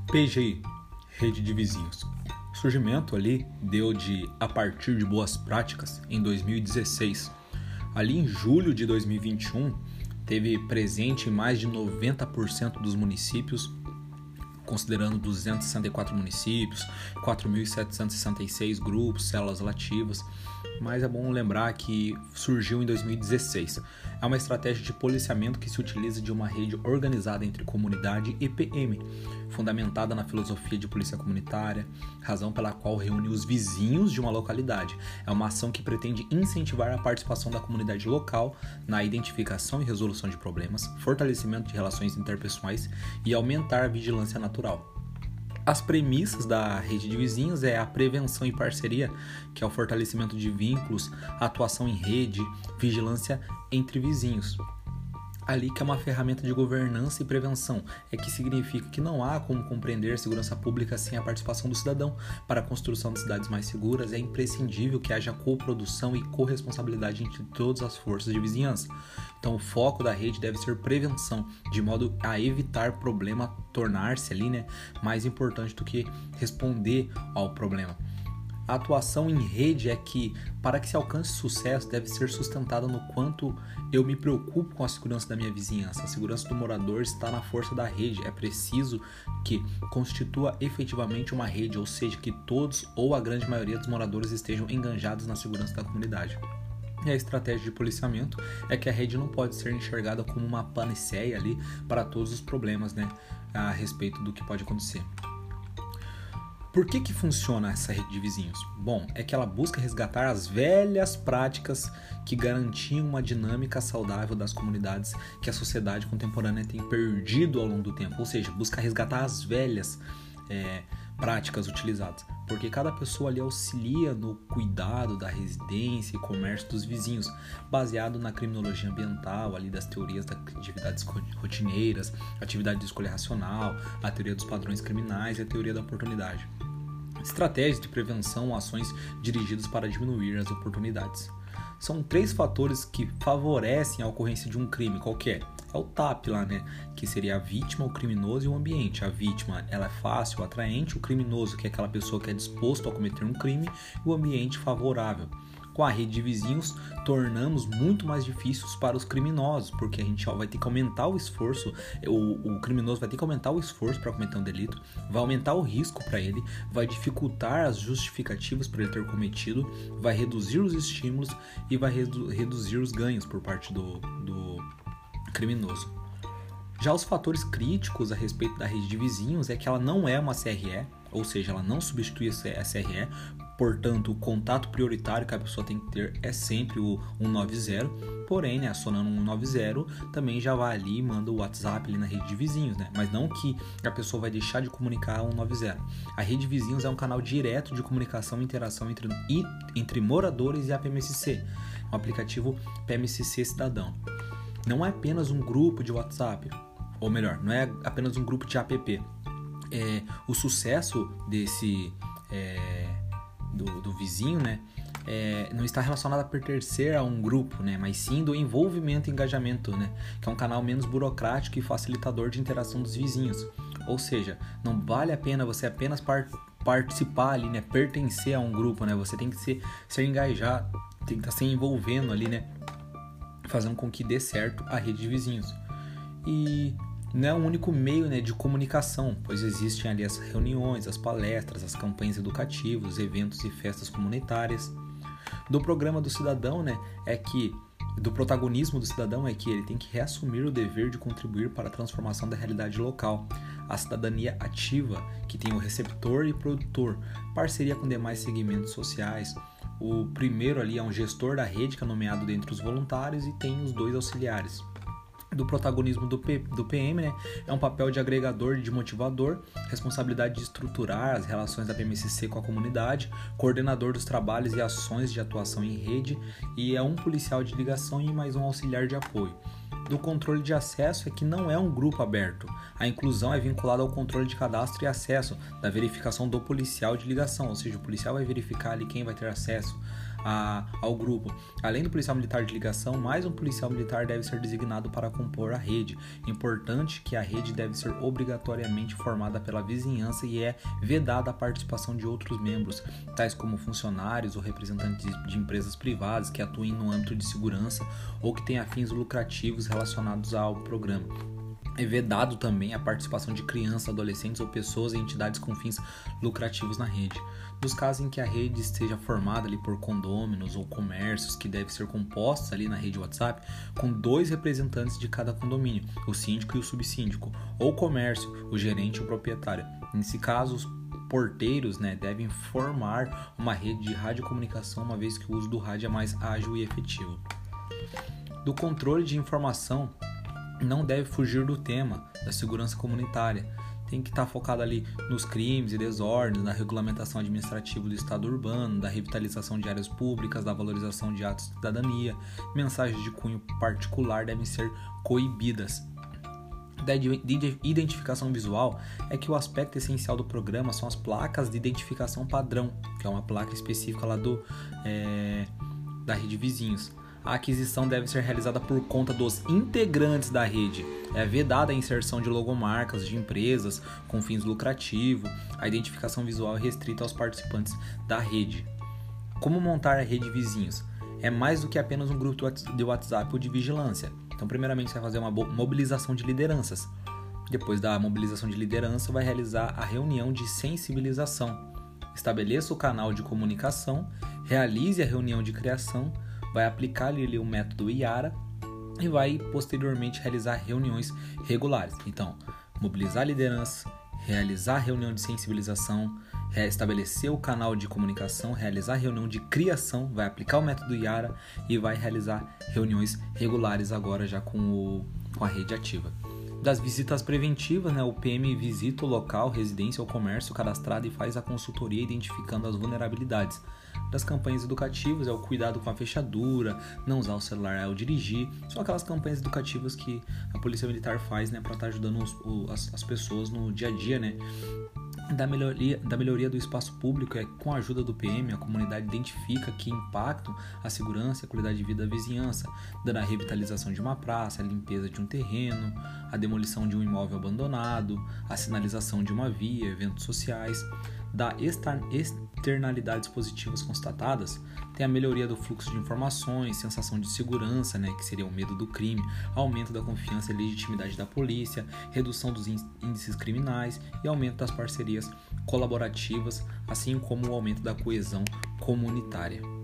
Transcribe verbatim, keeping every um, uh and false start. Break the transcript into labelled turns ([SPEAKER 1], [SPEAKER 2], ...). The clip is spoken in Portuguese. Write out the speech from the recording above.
[SPEAKER 1] P G I, Rede de Vizinhos. O surgimento ali deu de a partir de boas práticas em dois mil e dezesseis. Ali em julho de dois mil e vinte e um, teve presente em mais de noventa por cento dos municípios, considerando duzentos e sessenta e quatro municípios, quatro mil setecentos e sessenta e seis grupos, células relativas, mas é bom lembrar que surgiu em dois mil e dezesseis. É uma estratégia de policiamento que se utiliza de uma rede organizada entre comunidade e P M, fundamentada na filosofia de polícia comunitária, razão pela qual reúne os vizinhos de uma localidade. É uma ação que pretende incentivar a participação da comunidade local na identificação e resolução de problemas, fortalecimento de relações interpessoais e aumentar a vigilância natural. As premissas da rede de vizinhos é a prevenção e parceria, que é o fortalecimento de vínculos, atuação em rede, vigilância entre vizinhos. Ali que é uma ferramenta de governança e prevenção, é que significa que não há como compreender a segurança pública sem a participação do cidadão. Para a construção de cidades mais seguras, é imprescindível que haja coprodução e corresponsabilidade entre todas as forças de vizinhança. Então o foco da rede deve ser prevenção, de modo a evitar problema tornar-se ali, né, mais importante do que responder ao problema. A atuação em rede é que, para que se alcance sucesso, deve ser sustentada no quanto eu me preocupo com a segurança da minha vizinhança. A segurança do morador está na força da rede. É preciso que constitua efetivamente uma rede, ou seja, que todos ou a grande maioria dos moradores estejam enganjados na segurança da comunidade. E a estratégia de policiamento é que a rede não pode ser enxergada como uma panaceia ali para todos os problemas, né, a respeito do que pode acontecer. Por que que funciona essa rede de vizinhos? Bom, é que ela busca resgatar as velhas práticas que garantiam uma dinâmica saudável das comunidades que a sociedade contemporânea tem perdido ao longo do tempo, ou seja, busca resgatar as velhas é, práticas utilizadas, porque cada pessoa ali auxilia no cuidado da residência e comércio dos vizinhos, baseado na criminologia ambiental, ali das teorias das atividades rotineiras, atividade de escolha racional, a teoria dos padrões criminais e a teoria da oportunidade. Estratégias de prevenção ou ações dirigidas para diminuir as oportunidades. São três fatores que favorecem a ocorrência de um crime qualquer. É o T A P lá, né? Que seria a vítima, o criminoso e o ambiente. A vítima, ela é fácil, atraente. O criminoso, que é aquela pessoa que é disposto a cometer um crime. E o ambiente favorável. Com a rede de vizinhos, tornamos muito mais difíceis para os criminosos, porque a gente vai ter que aumentar o esforço, o, o criminoso vai ter que aumentar o esforço para cometer um delito, vai aumentar o risco para ele, vai dificultar as justificativas para ele ter cometido, vai reduzir os estímulos e vai redu- reduzir os ganhos por parte do, do criminoso. Já os fatores críticos a respeito da rede de vizinhos é que ela não é uma C R E, ou seja, ela não substitui a C R E, portanto, o contato prioritário que a pessoa tem que ter é sempre o cento e noventa, porém, né, acionando o cento e noventa, também já vai ali e manda o WhatsApp ali na rede de vizinhos, né? Mas não que a pessoa vai deixar de comunicar o cento e noventa. A rede de vizinhos é um canal direto de comunicação e interação entre, entre moradores e a P M S C, um aplicativo P M S C Cidadão. Não é apenas um grupo de WhatsApp, ou melhor, não é apenas um grupo de app. É, o sucesso desse é, do, do vizinho, né, é, não está relacionado a pertencer a um grupo, né, mas sim do envolvimento e engajamento, né, que é um canal menos burocrático e facilitador de interação dos vizinhos. Ou seja, não vale a pena você apenas par- participar ali, né, pertencer a um grupo, né, você tem que ser, ser engajado, tem que estar se envolvendo ali, né, fazendo com que dê certo a rede de vizinhos. E não é um único meio, né, de comunicação, pois existem ali as reuniões, as palestras, as campanhas educativas, eventos e festas comunitárias. Do programa do cidadão, né, é que do protagonismo do cidadão é que ele tem que reassumir o dever de contribuir para a transformação da realidade local. A cidadania ativa, que tem o receptor e produtor, parceria com demais segmentos sociais. O primeiro ali é um gestor da rede, que é nomeado dentre os voluntários, e tem os dois auxiliares. Do protagonismo do, P, do P M, né, é um papel de agregador e de motivador, responsabilidade de estruturar as relações da P M S C com a comunidade, coordenador dos trabalhos e ações de atuação em rede, e é um policial de ligação e mais um auxiliar de apoio. Do controle de acesso é que não é um grupo aberto. A inclusão é vinculada ao controle de cadastro e acesso, da verificação do policial de ligação, ou seja, o policial vai verificar ali quem vai ter acesso. a, ao grupo. Além do policial militar de ligação, mais um policial militar deve ser designado para compor a rede. Importante que a rede deve ser obrigatoriamente formada pela vizinhança e é vedada a participação de outros membros, tais como funcionários ou representantes de empresas privadas que atuem no âmbito de segurança ou que tenham fins lucrativos relacionados ao programa. É vedado também a participação de crianças, adolescentes ou pessoas e entidades com fins lucrativos na rede. Nos casos em que a rede esteja formada ali por condôminos ou comércios que devem ser compostos ali na rede WhatsApp com dois representantes de cada condomínio, o síndico e o subsíndico, ou comércio, o gerente e o proprietário. Nesse caso, os porteiros, né, devem formar uma rede de radiocomunicação, uma vez que o uso do rádio é mais ágil e efetivo. Do controle de informação, não deve fugir do tema da segurança comunitária. Tem que estar focado ali nos crimes e desordens, na regulamentação administrativa do estado urbano, da revitalização de áreas públicas, da valorização de atos de cidadania. Mensagens de cunho particular devem ser coibidas. Da identificação visual é que o aspecto essencial do programa são as placas de identificação padrão, que é uma placa específica lá do, é, da rede vizinhos. A aquisição deve ser realizada por conta dos integrantes da rede. É vedada a inserção de logomarcas de empresas com fins lucrativos. A identificação visual é restrita aos participantes da rede. Como montar a rede vizinhos? É mais do que apenas um grupo de WhatsApp ou de vigilância. Então, primeiramente, você vai fazer uma mobilização de lideranças. Depois da mobilização de liderança, vai realizar a reunião de sensibilização. Estabeleça o canal de comunicação, realize a reunião de criação, vai aplicar ali o método IARA e vai posteriormente realizar reuniões regulares. Então, mobilizar a liderança, realizar a reunião de sensibilização, estabelecer o canal de comunicação, realizar a reunião de criação, vai aplicar o método IARA e vai realizar reuniões regulares agora já com, o, com a rede ativa. Das visitas preventivas, né, o P M visita o local, residência ou comércio cadastrado e faz a consultoria identificando as vulnerabilidades. Das campanhas educativas é o cuidado com a fechadura, não usar o celular ao dirigir. São aquelas campanhas educativas que a Polícia Militar faz, né, para estar ajudando os, o, as, as pessoas no dia a dia, né. Da melhoria, da melhoria do espaço público é com a ajuda do P M, a comunidade identifica que impactam a segurança e a qualidade de vida da vizinhança, dando a revitalização de uma praça, a limpeza de um terreno, a demolição de um imóvel abandonado, a sinalização de uma via, eventos sociais. Da externalidades positivas constatadas, tem a melhoria do fluxo de informações, sensação de segurança, né, que seria o medo do crime, aumento da confiança e legitimidade da polícia, redução dos índices criminais e aumento das parcerias colaborativas, assim como o aumento da coesão comunitária.